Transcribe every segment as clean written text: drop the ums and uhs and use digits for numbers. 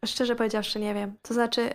Szczerze powiedziawszy, nie wiem. To znaczy,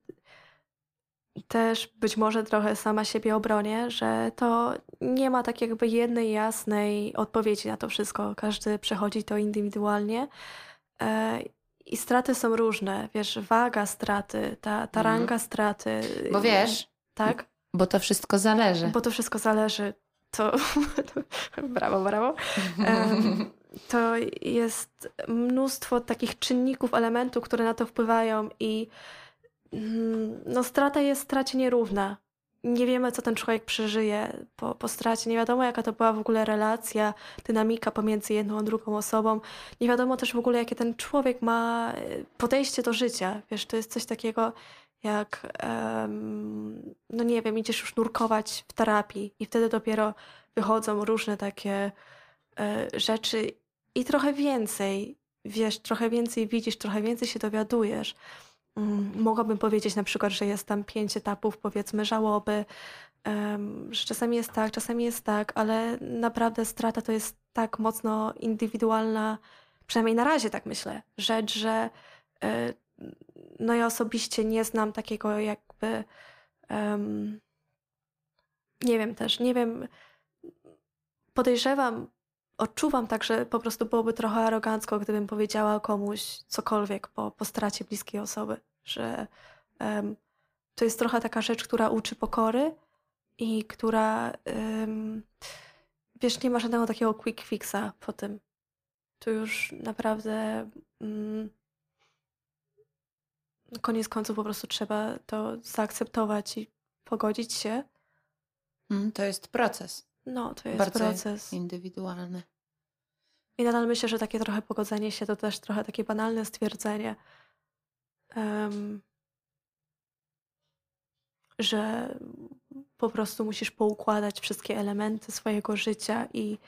też być może trochę sama siebie obronię, że to nie ma tak jakby jednej jasnej odpowiedzi na to wszystko. Każdy przechodzi to indywidualnie. E, I straty są różne. Wiesz, waga straty, ta Mhm. ranga straty. Bo wiesz, Tak? bo to wszystko zależy. Bo to wszystko zależy. To brawo, brawo. Em, To jest mnóstwo takich czynników, elementów, które na to wpływają i no strata jest stracie nierówna. Nie wiemy, co ten człowiek przeżyje po stracie. Nie wiadomo, jaka to była w ogóle relacja, dynamika pomiędzy jedną a drugą osobą. Nie wiadomo też w ogóle, jakie ten człowiek ma podejście do życia. Wiesz, to jest coś takiego jak, no nie wiem, idziesz już nurkować w terapii i wtedy dopiero wychodzą różne takie rzeczy i trochę więcej, wiesz, trochę więcej widzisz, trochę więcej się dowiadujesz. Mogłabym powiedzieć na przykład, że jest tam 5 etapów, powiedzmy, żałoby, że czasami jest tak, ale naprawdę strata to jest tak mocno indywidualna, przynajmniej na razie tak myślę, rzecz, że e, no ja osobiście nie znam takiego jakby, em, nie wiem też, nie wiem, podejrzewam, odczuwam tak, że po prostu byłoby trochę arogancko, gdybym powiedziała komuś cokolwiek po stracie bliskiej osoby, że em, to jest trochę taka rzecz, która uczy pokory i która, wiesz, nie ma żadnego takiego quick fixa po tym. Tu już naprawdę koniec końców po prostu trzeba to zaakceptować i pogodzić się. To jest proces. No, to jest Bardzo proces. indywidualny. I nadal myślę, że takie trochę pogodzenie się to też trochę takie banalne stwierdzenie, że po prostu musisz poukładać wszystkie elementy swojego życia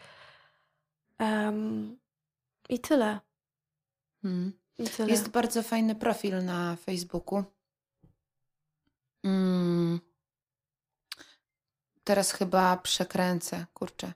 i tyle. Mm. I tyle. Jest bardzo fajny profil na Facebooku. Mm. Teraz chyba przekręcę, kurczę.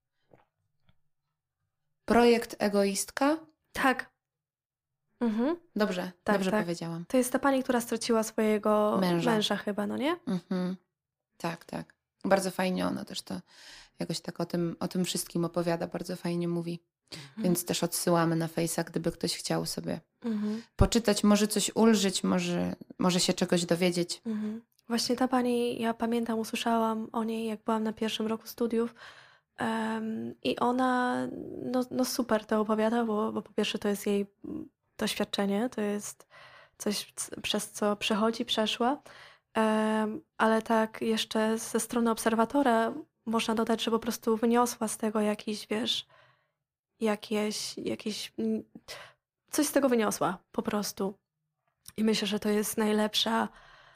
Projekt Egoistka? Tak. Mhm. Dobrze, Tak, dobrze tak. powiedziałam. To jest ta pani, która straciła swojego męża chyba, no nie? Mhm. Tak, tak. Bardzo fajnie ona też to jakoś tak o tym wszystkim opowiada, bardzo fajnie mówi. Więc też odsyłamy na Face'a, gdyby ktoś chciał sobie poczytać, może coś ulżyć, może się czegoś dowiedzieć. Właśnie ta pani, ja pamiętam, usłyszałam o niej, jak byłam na pierwszym roku studiów i ona no super to opowiada, bo po pierwsze to jest jej doświadczenie, to jest coś, przez co przeszła, ale tak jeszcze ze strony obserwatora można dodać, że po prostu wyniosła z tego jakiś, wiesz, coś z tego wyniosła po prostu. I myślę, że to jest najlepsza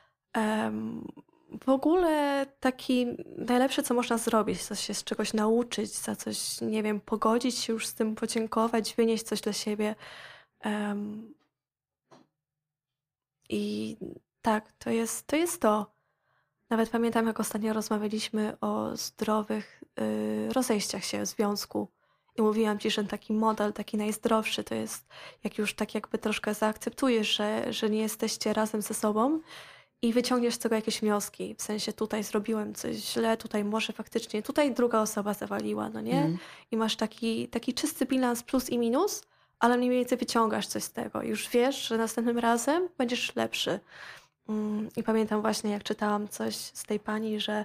w ogóle najlepsze, co można zrobić, coś się z czegoś nauczyć, za coś, nie wiem, pogodzić się już z tym, podziękować, wynieść coś dla siebie. I tak, to jest to. Nawet pamiętam, jak ostatnio rozmawialiśmy o zdrowych rozejściach się w związku. I mówiłam ci, że taki model, taki najzdrowszy, to jest, jak już tak jakby troszkę zaakceptujesz, że nie jesteście razem ze sobą i wyciągniesz z tego jakieś wnioski. W sensie tutaj zrobiłem coś źle, tutaj może faktycznie, tutaj druga osoba zawaliła, no nie? I masz taki czysty bilans plus i minus, ale mniej więcej wyciągasz coś z tego. Już wiesz, że następnym razem będziesz lepszy. I pamiętam właśnie, jak czytałam coś z tej pani, że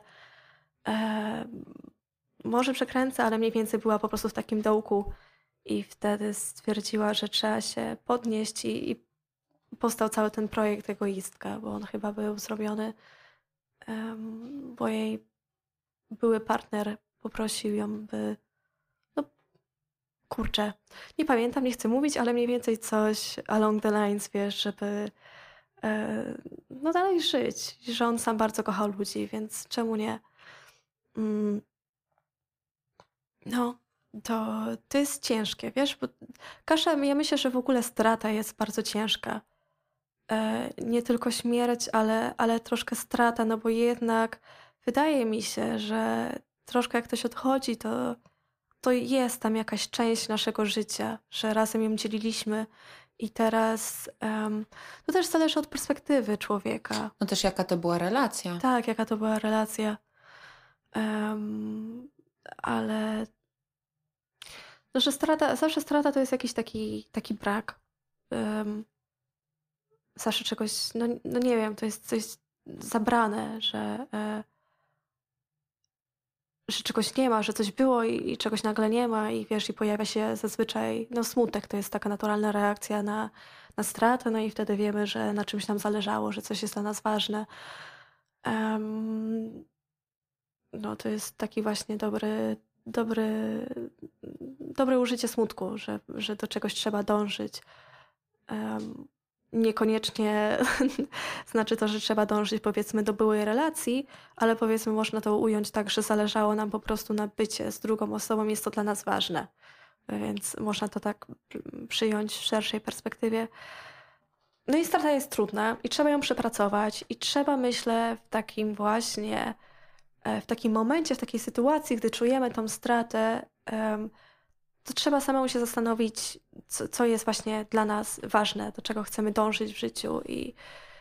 może przekręcę, ale mniej więcej była po prostu w takim dołku i wtedy stwierdziła, że trzeba się podnieść i powstał cały ten projekt Egoistka, bo on chyba był zrobiony, bo jej były partner poprosił ją, by no kurczę, nie pamiętam, nie chcę mówić, ale mniej więcej coś along the lines, wiesz, żeby no dalej żyć, że on sam bardzo kochał ludzi, więc czemu nie? No, to jest ciężkie, wiesz, bo ja myślę, że w ogóle strata jest bardzo ciężka. Nie tylko śmierć, ale troszkę strata, no bo jednak wydaje mi się, że troszkę jak ktoś odchodzi, to jest tam jakaś część naszego życia, że razem ją dzieliliśmy I teraz to też zależy od perspektywy człowieka. No też jaka to była relacja. Tak, jaka to była relacja. Ale no, że zawsze strata to jest jakiś taki brak. Zawsze czegoś, no nie wiem, to jest coś zabrane, że czegoś nie ma, że coś było i czegoś nagle nie ma i wiesz, i pojawia się zazwyczaj, no smutek to jest taka naturalna reakcja na stratę, no i wtedy wiemy, że na czymś nam zależało, że coś jest dla nas ważne. No to jest taki właśnie dobre użycie smutku, że do czegoś trzeba dążyć. Niekoniecznie znaczy to, że trzeba dążyć powiedzmy do byłej relacji, ale powiedzmy można to ująć tak, że zależało nam po prostu na bycie z drugą osobą, jest to dla nas ważne. Więc można to tak przyjąć w szerszej perspektywie. No i strata jest trudna i trzeba ją przepracować i trzeba, myślę, w takim właśnie, w takim momencie, w takiej sytuacji, gdy czujemy tą stratę, to trzeba samemu się zastanowić, co jest właśnie dla nas ważne, do czego chcemy dążyć w życiu i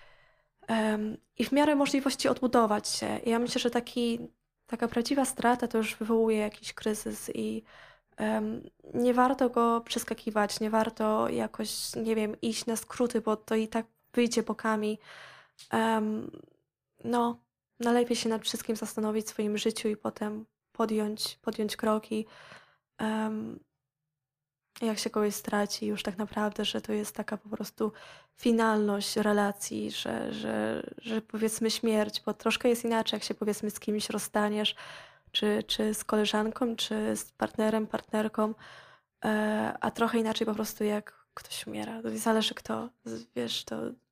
w miarę możliwości odbudować się. I ja myślę, że taka prawdziwa strata to już wywołuje jakiś kryzys i nie warto go przeskakiwać, nie warto jakoś, nie wiem, iść na skróty, bo to i tak wyjdzie bokami. No, najlepiej się nad wszystkim zastanowić w swoim życiu i potem podjąć kroki. Jak się kogoś straci już tak naprawdę, że to jest taka po prostu finalność relacji, że powiedzmy śmierć, bo troszkę jest inaczej, jak się powiedzmy z kimś rozstaniesz, czy z koleżanką, czy z partnerem, partnerką, a trochę inaczej po prostu jak ktoś umiera. Zależy kto, wiesz,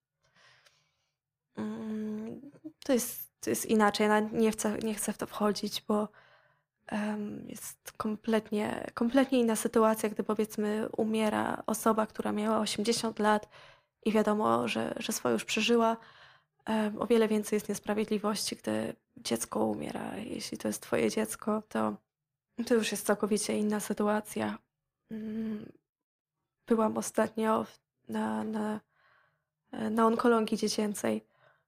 to jest inaczej. Ja nie chcę w to wchodzić, bo jest kompletnie inna sytuacja, gdy powiedzmy umiera osoba, która miała 80 lat i wiadomo, że swoje już przeżyła. O wiele więcej jest niesprawiedliwości, gdy dziecko umiera. Jeśli to jest twoje dziecko, to już jest całkowicie inna sytuacja. Byłam ostatnio na onkologii dziecięcej.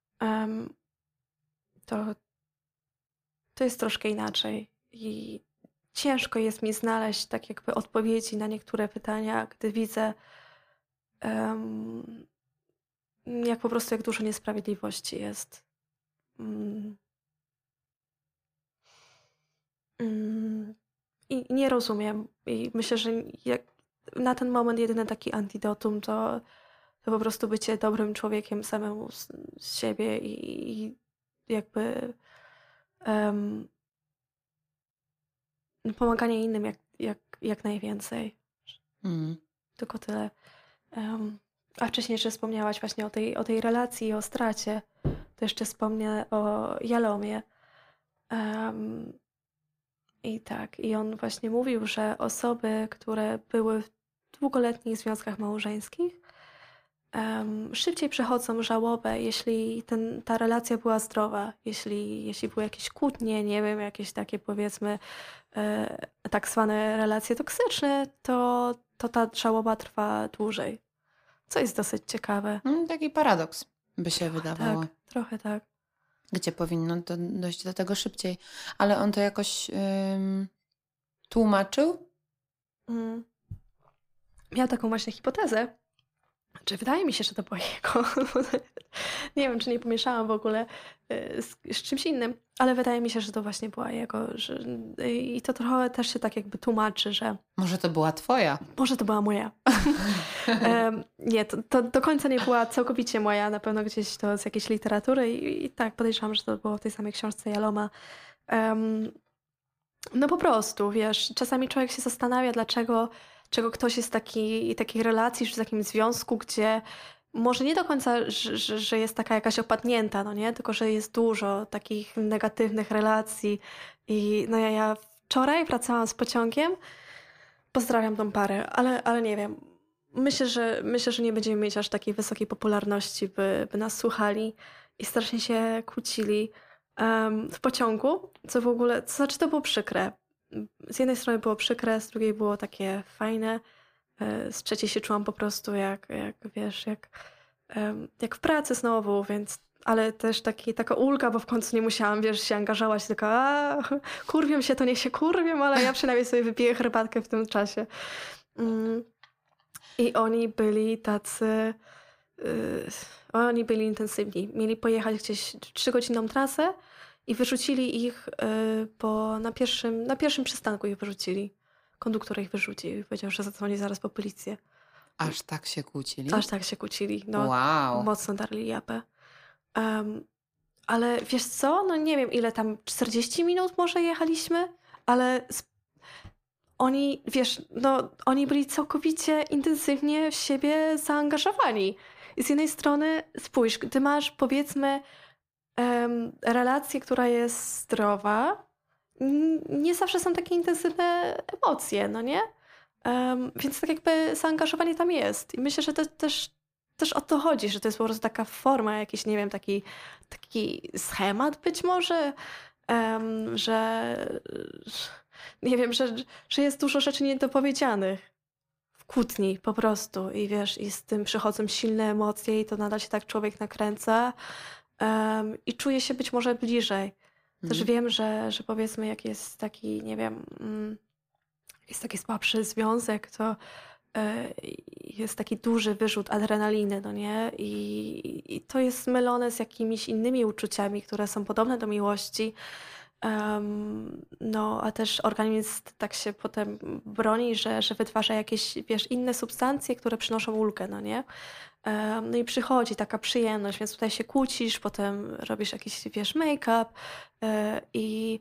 To jest troszkę inaczej. I ciężko jest mi znaleźć tak jakby odpowiedzi na niektóre pytania, gdy widzę jak po prostu jak dużo niesprawiedliwości jest. I nie rozumiem. I myślę, że na ten moment jedyny taki antidotum to po prostu bycie dobrym człowiekiem samemu z siebie i jakby pomaganie innym jak najwięcej. Tylko tyle. A wcześniej jeszcze wspomniałaś właśnie o tej relacji i o stracie. To jeszcze wspomnę o Jalomie. I tak, i on właśnie mówił, że osoby, które były w długoletnich związkach małżeńskich, szybciej przechodzą żałobę, jeśli ta relacja była zdrowa, jeśli były jakieś kłótnie, nie wiem, jakieś takie powiedzmy tak zwane relacje toksyczne, to ta żałoba trwa dłużej. Co jest dosyć ciekawe. Taki paradoks by się wydawało. Tak, trochę tak. Gdzie powinno dojść do tego szybciej. Ale on to jakoś tłumaczył? Miał taką właśnie hipotezę. Czy wydaje mi się, że to było jego. Nie wiem, czy nie pomieszałam w ogóle z czymś innym, ale wydaje mi się, że to właśnie była jego. I to trochę też się tak jakby tłumaczy, że... Może to była twoja? Może to była moja. Nie, to do końca nie była całkowicie moja. Na pewno gdzieś to z jakiejś literatury i tak podejrzewam, że to było w tej samej książce Jaloma. No po prostu, wiesz, czasami człowiek się zastanawia, czego ktoś jest w takiej relacji, czy w takim związku, gdzie może nie do końca, że jest taka jakaś opadnięta, no nie? Tylko, że jest dużo takich negatywnych relacji. I no ja wczoraj wracałam z pociągiem, pozdrawiam tą parę, ale nie wiem. Myślę, że nie będziemy mieć aż takiej wysokiej popularności, by nas słuchali i strasznie się kłócili w pociągu, co w ogóle, to znaczy to było przykre. Z jednej strony było przykre, z drugiej było takie fajne. z trzeciej się czułam po prostu jak w pracy znowu, więc ale też taka ulga, bo w końcu nie musiałam, się angażować, tylko kurwią się, to niech się kurwią, ale ja przynajmniej sobie wypiję herbatkę w tym czasie. I oni byli tacy... oni byli intensywni. Mieli pojechać gdzieś 3-godzinną trasę i wyrzucili ich na pierwszym przystanku ich wyrzucili. Konduktor ich wyrzucił i powiedział, że zadzwoni zaraz po policję. Aż tak się kłócili? Aż tak się kłócili. No, wow. Mocno darli japę. Ale wiesz co? No nie wiem ile tam, 40 minut może jechaliśmy, ale oni, oni byli całkowicie intensywnie w siebie zaangażowani. I z jednej strony spójrz, ty masz powiedzmy relację, która jest zdrowa, nie zawsze są takie intensywne emocje, no nie? Więc tak jakby zaangażowanie tam jest. I myślę, że to też o to chodzi, że to jest po prostu taka forma, jakiś, nie wiem, taki schemat być może, że nie wiem, że jest dużo rzeczy niedopowiedzianych w kłótni po prostu i i z tym przychodzą silne emocje i to nadal się tak człowiek nakręca i czuje się być może bliżej. Też wiem, że powiedzmy jak jest taki, nie wiem, jest taki słabszy związek, to jest taki duży wyrzut adrenaliny, no nie? I to jest mylone z jakimiś innymi uczuciami, które są podobne do miłości. No, a też organizm tak się potem broni, że wytwarza jakieś, inne substancje, które przynoszą ulgę, no nie? No i przychodzi taka przyjemność, więc tutaj się kłócisz, potem robisz jakiś, make-up i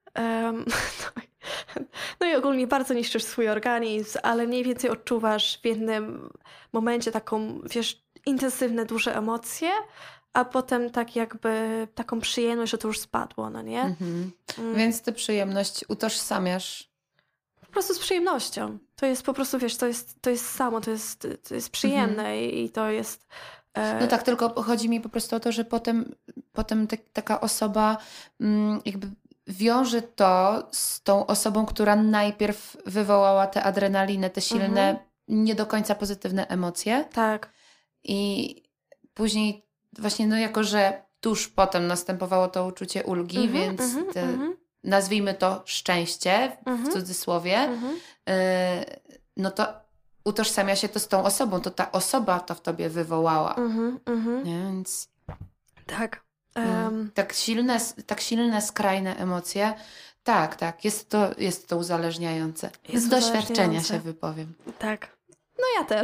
no i ogólnie bardzo niszczysz swój organizm, ale mniej więcej odczuwasz w jednym momencie taką, intensywne, duże emocje, a potem tak jakby taką przyjemność, że to już spadło, no nie? Więc tę przyjemność utożsamiasz? Po prostu z przyjemnością. To jest po prostu, to jest samo, to jest przyjemne i to jest... No tak, tylko chodzi mi po prostu o to, że potem taka osoba jakby wiąże to z tą osobą, która najpierw wywołała tę adrenalinę, te silne, nie do końca pozytywne emocje. Tak. I później właśnie, no jako, że tuż potem następowało to uczucie ulgi, więc nazwijmy to szczęście, w cudzysłowie, no to utożsamia się to z tą osobą, to ta osoba to w tobie wywołała. Więc... Tak. Tak silne, skrajne emocje. Tak, jest to uzależniające. Z doświadczenia się wypowiem. Tak. No ja też.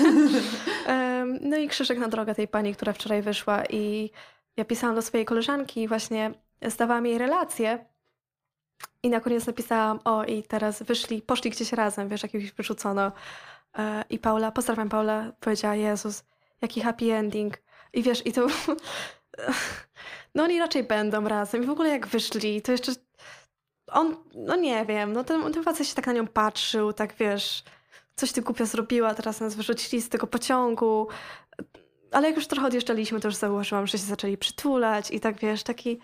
No i krzyżyk na drogę tej pani, która wczoraj wyszła i ja pisałam do swojej koleżanki i właśnie zdawałam jej relację i na koniec napisałam, i teraz poszli gdzieś razem, jak ich wyrzucono. I pozdrawiam Paula, powiedziała, Jezus, jaki happy ending. I i to... No oni raczej będą razem i w ogóle jak wyszli, to jeszcze no nie wiem, no ten facet się tak na nią patrzył, tak coś ty głupio zrobiła, teraz nas wyrzucili z tego pociągu, ale jak już trochę odjeżdżaliśmy, to już zauważyłam, że się zaczęli przytulać i tak taki...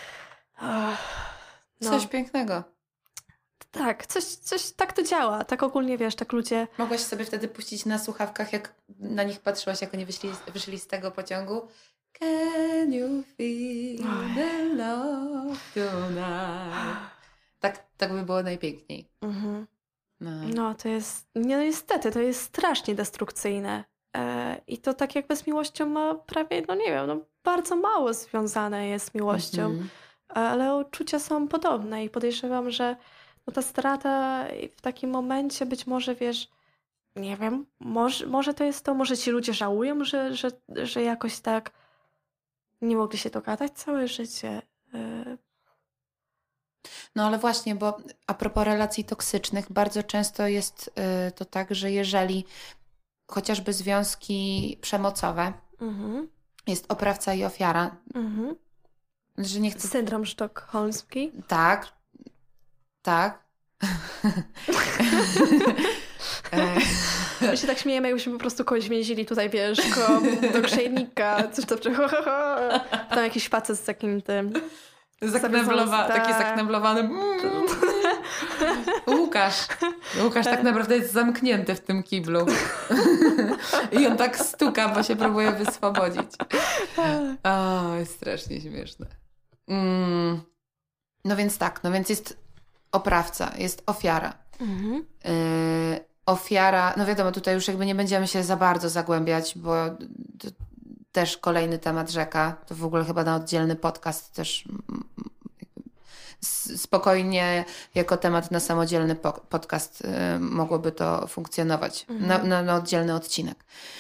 No. Coś pięknego. Tak, coś tak to działa, tak ogólnie tak ludzie... Mogłaś sobie wtedy puścić na słuchawkach, jak na nich patrzyłaś, jak oni wyszli z tego pociągu. Can you feel the love tonight? Tak by było najpiękniej. No to jest, niestety, to jest strasznie destrukcyjne. I to tak jakby z miłością ma prawie, nie wiem, bardzo mało związane jest z miłością. Ale uczucia są podobne i podejrzewam, że ta strata w takim momencie być może, nie wiem, może to jest to, może ci ludzie żałują, że jakoś tak nie mogli się dogadać całe życie. No ale właśnie, bo a propos relacji toksycznych, bardzo często jest to tak, że jeżeli chociażby związki przemocowe, jest oprawca i ofiara, że nie chcę... Syndrom sztokholmski? Tak. My się tak śmiejemy, jakbyśmy po prostu kogoś więzili tutaj, do grzejnika, coś to tam jakiś facet z takim tym... Taki zakneblowany. Łukasz tak naprawdę jest zamknięty w tym kiblu. I on tak stuka, bo się próbuje wyswobodzić. O, jest strasznie śmieszne. No więc tak, jest oprawca, jest ofiara. Ofiara, no wiadomo, tutaj już jakby nie będziemy się za bardzo zagłębiać, bo to też kolejny temat rzeka. To w ogóle chyba na oddzielny podcast też spokojnie jako temat na samodzielny podcast mogłoby to funkcjonować. Na oddzielny odcinek.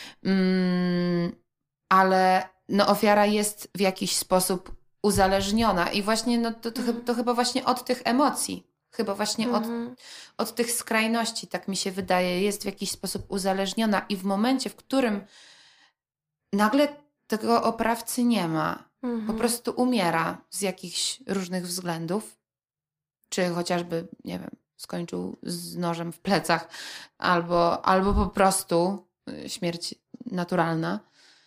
Ale no, ofiara jest w jakiś sposób uzależniona i właśnie no, to chyba właśnie od tych emocji, chyba właśnie od tych skrajności, tak mi się wydaje, jest w jakiś sposób uzależniona i w momencie, w którym nagle tego oprawcy nie ma, po prostu umiera z jakichś różnych względów, czy chociażby, nie wiem, skończył z nożem w plecach, albo po prostu śmierć naturalna.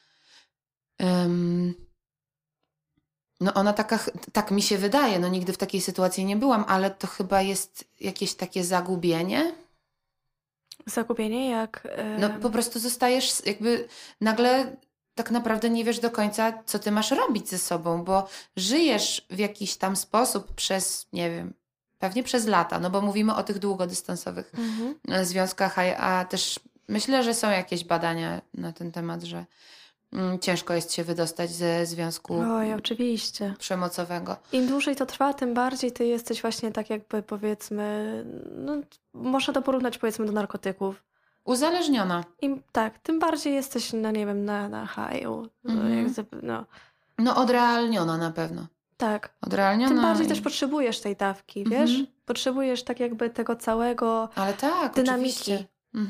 No ona tak mi się wydaje, no nigdy w takiej sytuacji nie byłam, ale to chyba jest jakieś takie zagubienie. Zagubienie jak... No po prostu zostajesz jakby nagle tak naprawdę nie wiesz do końca, co ty masz robić ze sobą, bo żyjesz w jakiś tam sposób przez, nie wiem, pewnie przez lata, no bo mówimy o tych długodystansowych związkach, a też myślę, że są jakieś badania na ten temat, że ciężko jest się wydostać ze związku oczywiście. przemocowego. Im dłużej to trwa, tym bardziej ty jesteś właśnie tak jakby no można to porównać powiedzmy do narkotyków. Uzależniona. Tym bardziej jesteś, no nie wiem, na haju. No odrealniona na pewno. Tak. Odrealniona. Tym bardziej też potrzebujesz tej dawki, wiesz? Potrzebujesz tak jakby tego całego ale tak, dynamiki.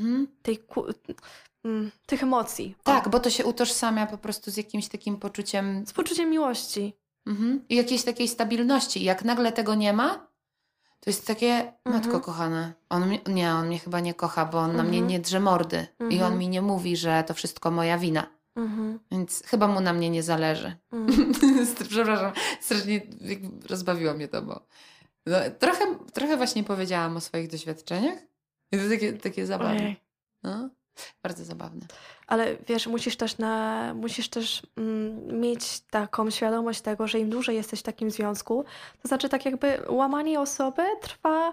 Tych emocji. Tak, bo to się utożsamia po prostu z jakimś takim poczuciem... Z poczuciem miłości. I jakiejś takiej stabilności. Jak nagle tego nie ma, to jest takie, matko kochana, on mnie chyba nie kocha, bo on na mnie nie drze mordy. I on mi nie mówi, że to wszystko moja wina. Więc chyba mu na mnie nie zależy. Przepraszam, strasznie rozbawiło mnie to, bo no, trochę właśnie powiedziałam o swoich doświadczeniach. I to takie zabawne. No, bardzo zabawne. Ale wiesz, musisz też mieć taką świadomość tego, że im dłużej jesteś w takim związku, to znaczy tak jakby łamanie osoby trwa...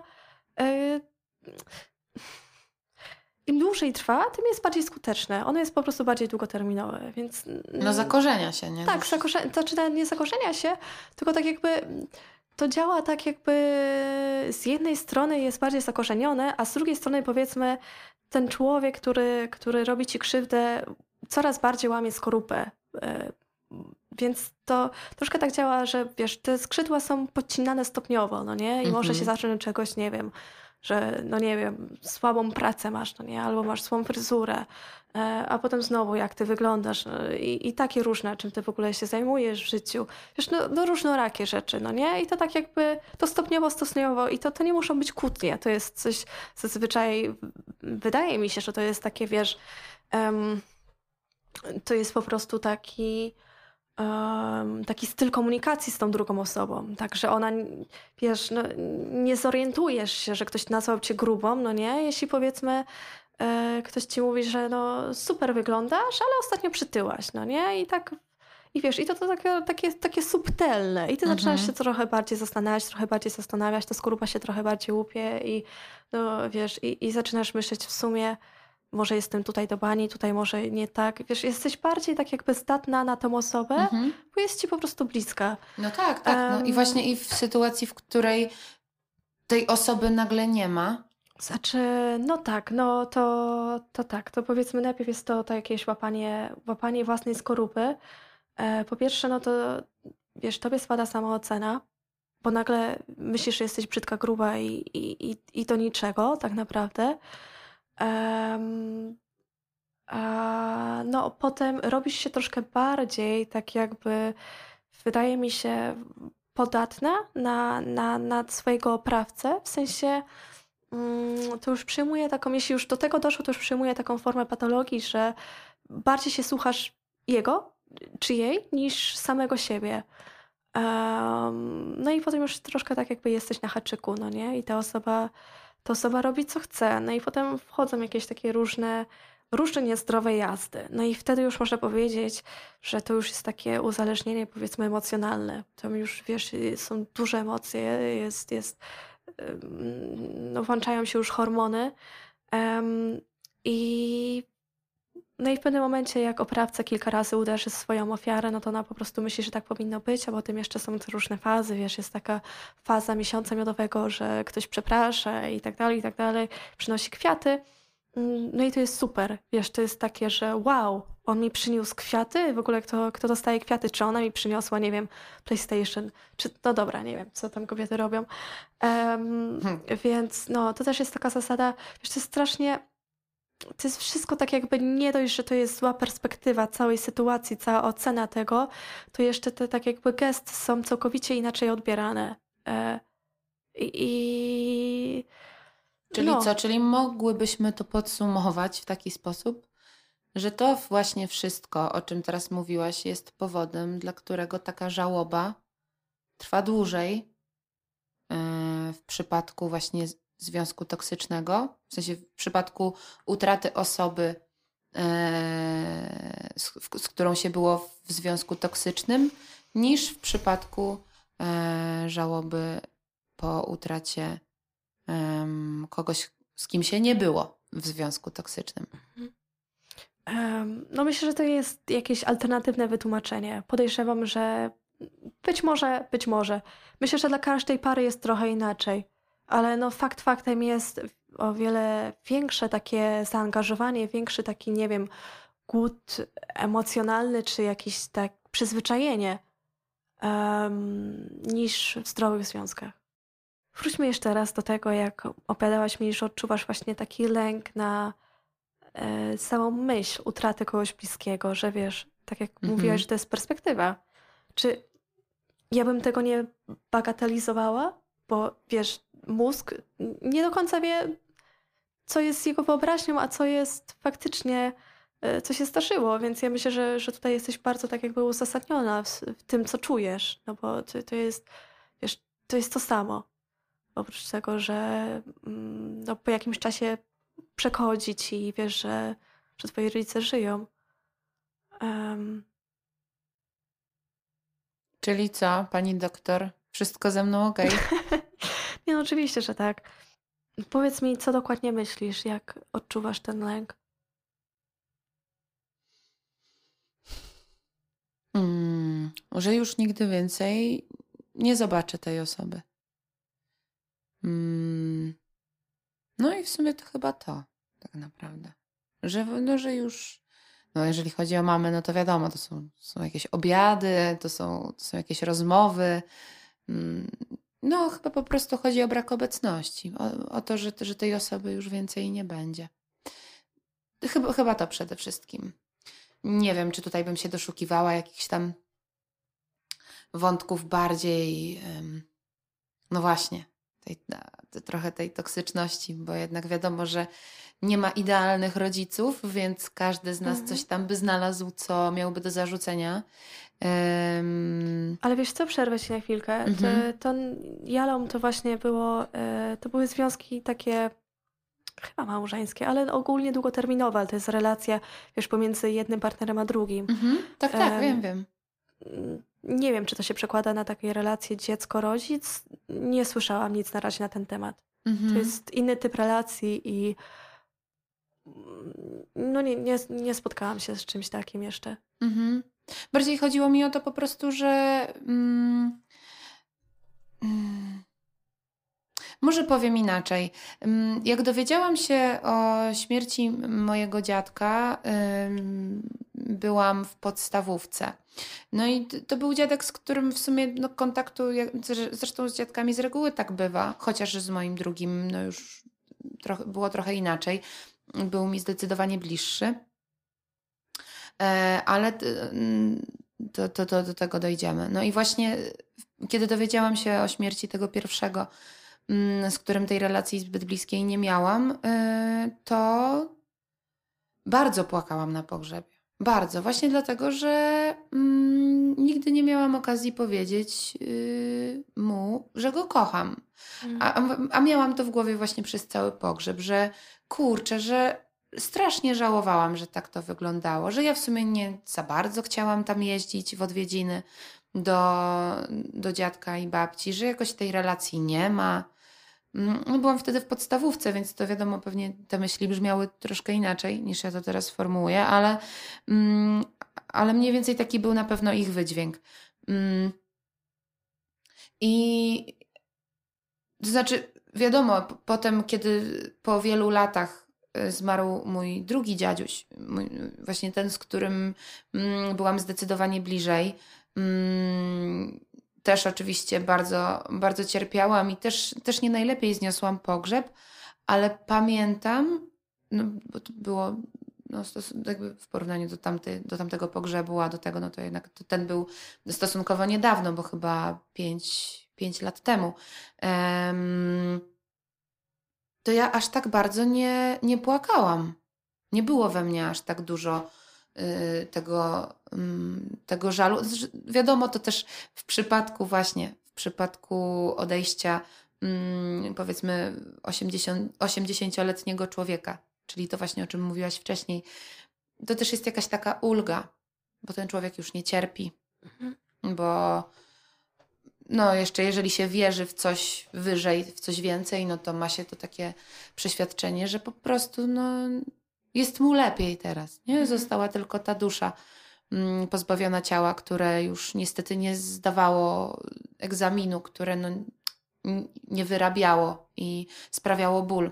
Im dłużej trwa, tym jest bardziej skuteczne. Ono jest po prostu bardziej długoterminowe, więc... No zakorzenia się, nie? Tak, nie zakorzenia się, tylko tak jakby... To działa tak jakby z jednej strony jest bardziej zakorzenione, a z drugiej strony powiedzmy ten człowiek, który robi ci krzywdę, coraz bardziej łamie skorupę. Więc to troszkę tak działa, że wiesz, te skrzydła są podcinane stopniowo, no nie? I może się zacząć od czegoś, nie wiem, że no nie wiem, słabą pracę masz, no nie? Albo masz słabą fryzurę, a potem znowu jak ty wyglądasz i takie różne, czym ty w ogóle się zajmujesz w życiu. Wiesz, no różnorakie rzeczy, no nie? I to tak jakby, to stopniowo i to nie muszą być kłótnie. To jest coś zazwyczaj, wydaje mi się, że to jest takie, wiesz, to jest po prostu taki styl komunikacji z tą drugą osobą. Także ona, wiesz, no, nie zorientujesz się, że ktoś nazwał cię grubą, no nie? Jeśli powiedzmy ktoś ci mówi, że no super wyglądasz, ale ostatnio przytyłaś, no nie? I wiesz, i to takie subtelne. I ty zaczynasz się trochę bardziej zastanawiać, ta skorupa się trochę bardziej łupie i no wiesz, i zaczynasz myśleć w sumie, może jestem tutaj do bani, tutaj może nie tak. Wiesz, jesteś bardziej tak jakby zdatna na tą osobę, bo jest ci po prostu bliska. No tak. No i właśnie i w sytuacji, w której tej osoby nagle nie ma. Znaczy, no tak, no to tak. To powiedzmy najpierw jest to jakieś łapanie własnej skorupy. Po pierwsze, no to wiesz, tobie spada samoocena, bo nagle myślisz, że jesteś brzydka, gruba i do niczego tak naprawdę. No potem robisz się troszkę bardziej tak jakby, wydaje mi się, podatna na swojego oprawcę, w sensie to już przyjmuje taką, jeśli już do tego doszło, to już przyjmuje taką formę patologii, że bardziej się słuchasz jego czy jej niż samego siebie. No i potem już troszkę tak jakby jesteś na haczyku, no nie? I ta osoba robi co chce. No i potem wchodzą jakieś takie różne niezdrowe jazdy. No i wtedy już można powiedzieć, że to już jest takie uzależnienie, powiedzmy, emocjonalne. To już, wiesz, są duże emocje, no włączają się już hormony. I No i w pewnym momencie, jak oprawca kilka razy uderzy swoją ofiarę, no to ona po prostu myśli, że tak powinno być, a potem jeszcze są te różne fazy, wiesz, jest taka faza miesiąca miodowego, że ktoś przeprasza i tak dalej, przynosi kwiaty. No i to jest super, wiesz, to jest takie, że wow, on mi przyniósł kwiaty, w ogóle kto dostaje kwiaty, czy ona mi przyniosła, nie wiem, PlayStation, czy, no dobra, nie wiem, co tam kobiety robią. Więc no, to też jest taka zasada, wiesz, to jest strasznie... To jest wszystko tak jakby nie dość, że to jest zła perspektywa całej sytuacji, cała ocena tego, to jeszcze te tak jakby gesty są całkowicie inaczej odbierane. Czyli no. co? Czyli mogłybyśmy to podsumować w taki sposób, że to właśnie wszystko, o czym teraz mówiłaś, jest powodem, dla którego taka żałoba trwa dłużej w przypadku właśnie związku toksycznego, w sensie w przypadku utraty osoby, z którą się było w związku toksycznym, niż w przypadku żałoby po utracie kogoś, z kim się nie było w związku toksycznym. No myślę, że to jest jakieś alternatywne wytłumaczenie. Podejrzewam, że być może. Myślę, że dla każdej pary jest trochę inaczej. Ale no faktem jest o wiele większe takie zaangażowanie, większy taki, nie wiem, głód emocjonalny, czy jakieś tak przyzwyczajenie niż w zdrowych związkach. Wróćmy jeszcze raz do tego, jak opowiadałaś mi, że odczuwasz właśnie taki lęk na samą myśl utraty kogoś bliskiego, że wiesz, tak jak mówiłaś, że to jest perspektywa. Czy ja bym tego nie bagatelizowała? Bo wiesz, mózg nie do końca wie, co jest z jego wyobraźnią, a co jest faktycznie, co się zdarzyło, więc ja myślę, że tutaj jesteś bardzo tak jakby uzasadniona w tym, co czujesz, no bo to jest, wiesz, to jest to samo. Oprócz tego, że no, po jakimś czasie przechodzi ci i wiesz, że twoi rodzice żyją. Czyli co, pani doktor? Wszystko ze mną okej? Nie, no oczywiście, że tak. Powiedz mi, co dokładnie myślisz, jak odczuwasz ten lęk? Że już nigdy więcej nie zobaczę tej osoby. No i w sumie to chyba to, tak naprawdę. Że już, no jeżeli chodzi o mamę, no to wiadomo, to są jakieś obiady, to są jakieś rozmowy. No chyba po prostu chodzi o brak obecności, o to, że tej osoby już więcej nie będzie. Chyba to przede wszystkim. Nie wiem, czy tutaj bym się doszukiwała jakichś tam wątków bardziej, no właśnie, trochę tej toksyczności, bo jednak wiadomo, że nie ma idealnych rodziców, więc każdy z nas coś tam by znalazł, co miałby do zarzucenia. Ale wiesz co, przerwę ci na chwilkę. To Jalom to właśnie to były związki takie chyba małżeńskie, ale ogólnie długoterminowe, ale to jest relacja, wiesz, pomiędzy jednym partnerem a drugim. Tak, wiem. Nie wiem, czy to się przekłada na takie relacje dziecko-rodzic. Nie słyszałam nic na razie na ten temat. To jest inny typ relacji i no nie spotkałam się z czymś takim jeszcze. Bardziej chodziło mi o to po prostu, że może powiem inaczej. Jak dowiedziałam się o śmierci mojego dziadka, byłam w podstawówce. No i to był dziadek, z którym w sumie kontaktu, zresztą z dziadkami z reguły tak bywa, chociaż z moim drugim no już było trochę inaczej. Był mi zdecydowanie bliższy. Ale do tego dojdziemy. No i właśnie kiedy dowiedziałam się o śmierci tego pierwszego, z którym tej relacji zbyt bliskiej nie miałam, to bardzo płakałam na pogrzebie. Bardzo. Właśnie dlatego, że nigdy nie miałam okazji powiedzieć mu, że go kocham. A miałam to w głowie właśnie przez cały pogrzeb, że kurczę, że strasznie żałowałam, że tak to wyglądało, że ja w sumie nie za bardzo chciałam tam jeździć w odwiedziny do dziadka i babci, że jakoś tej relacji nie ma. No, byłam wtedy w podstawówce, więc to wiadomo, pewnie te myśli brzmiały troszkę inaczej niż ja to teraz formułuję, ale mniej więcej taki był na pewno ich wydźwięk. I to znaczy, wiadomo, potem, kiedy po wielu latach zmarł mój drugi dziadziuś, właśnie ten, z którym byłam zdecydowanie bliżej, też oczywiście bardzo, bardzo cierpiałam i też nie najlepiej zniosłam pogrzeb, ale pamiętam, no, bo to było jakby w porównaniu do tamtego pogrzebu, a do tego, no to jednak ten był stosunkowo niedawno, bo chyba 5 lat temu. To ja aż tak bardzo nie płakałam. Nie było we mnie aż tak dużo tego żalu. Wiadomo, to też w przypadku odejścia powiedzmy 80-letniego człowieka, czyli to właśnie, o czym mówiłaś wcześniej, to też jest jakaś taka ulga, bo ten człowiek już nie cierpi, bo no jeszcze jeżeli się wierzy w coś wyżej, w coś więcej, no to ma się to takie przeświadczenie, że po prostu jest mu lepiej teraz, nie? Została tylko ta dusza pozbawiona ciała, które już niestety nie zdawało egzaminu, które nie wyrabiało i sprawiało ból.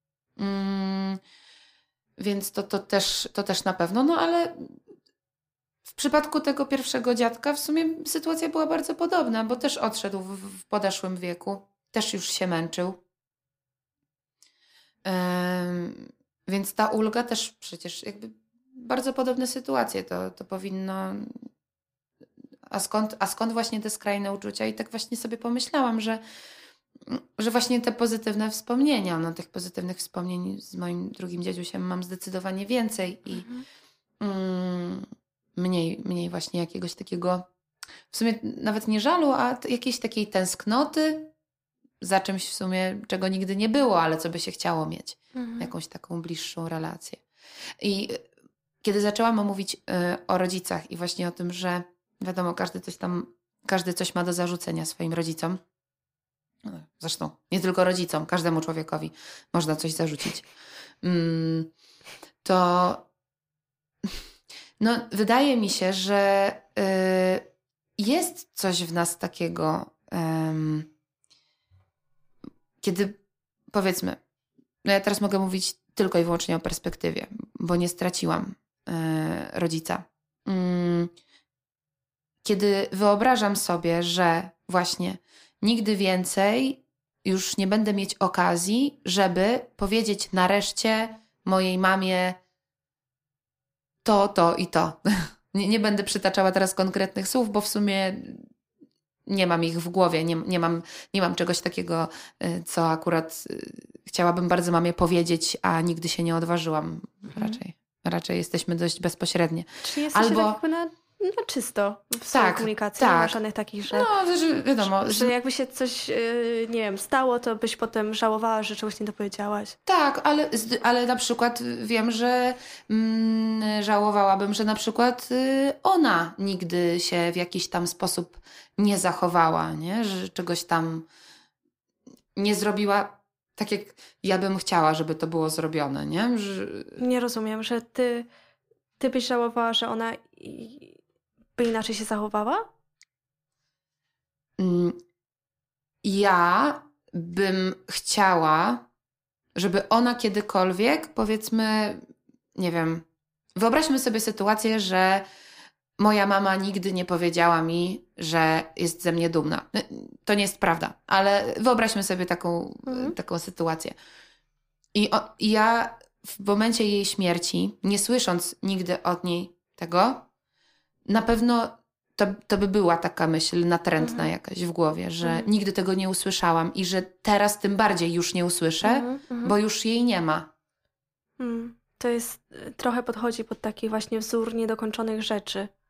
Więc to też na pewno. No ale w przypadku tego pierwszego dziadka w sumie sytuacja była bardzo podobna, bo też odszedł w podeszłym wieku. Też już się męczył. Więc ta ulga też przecież jakby bardzo podobne sytuacje. To powinno... A skąd właśnie te skrajne uczucia? I tak właśnie sobie pomyślałam, że właśnie te pozytywne wspomnienia, no tych pozytywnych wspomnień z moim drugim dziadziusiem mam zdecydowanie więcej i mniej właśnie jakiegoś takiego, w sumie nawet nie żalu, a jakiejś takiej tęsknoty za czymś w sumie, czego nigdy nie było, ale co by się chciało mieć. Jakąś taką bliższą relację. I kiedy zaczęłam mówić o rodzicach i właśnie o tym, że wiadomo, każdy coś ma do zarzucenia swoim rodzicom. Zresztą nie tylko rodzicom, każdemu człowiekowi można coś zarzucić. To wydaje mi się, że jest coś w nas takiego, kiedy powiedzmy, ja teraz mogę mówić tylko i wyłącznie o perspektywie, bo nie straciłam rodzica. Kiedy wyobrażam sobie, że właśnie nigdy więcej już nie będę mieć okazji, żeby powiedzieć nareszcie mojej mamie to i to. Nie będę przytaczała teraz konkretnych słów, bo w sumie nie mam ich w głowie. Nie mam czegoś takiego, co akurat chciałabym bardzo mamie powiedzieć, a nigdy się nie odważyłam. Raczej jesteśmy dość bezpośrednie. Czyli jesteście tak na czysto w swojej komunikacji. Nie ma żadnych takich, że... wiadomo. Że jakby się coś, nie wiem, stało, to byś potem żałowała, że czegoś nie dopowiedziałaś. Tak, ale na przykład wiem, że żałowałabym, że na przykład ona nigdy się w jakiś tam sposób nie zachowała, nie? Że czegoś tam nie zrobiła tak, jak ja bym chciała, żeby to było zrobione, nie? Nie rozumiem, że ty byś żałowała, że ona by inaczej się zachowała? Ja bym chciała, żeby ona kiedykolwiek, powiedzmy, nie wiem, wyobraźmy sobie sytuację, że moja mama nigdy nie powiedziała mi, że jest ze mnie dumna. To nie jest prawda, ale wyobraźmy sobie taką sytuację. I ja w momencie jej śmierci, nie słysząc nigdy od niej tego, na pewno to by była taka myśl natrętna jakaś w głowie, że nigdy tego nie usłyszałam i że teraz tym bardziej już nie usłyszę, bo już jej nie ma. To jest, trochę podchodzi pod taki właśnie wzór niedokończonych rzeczy.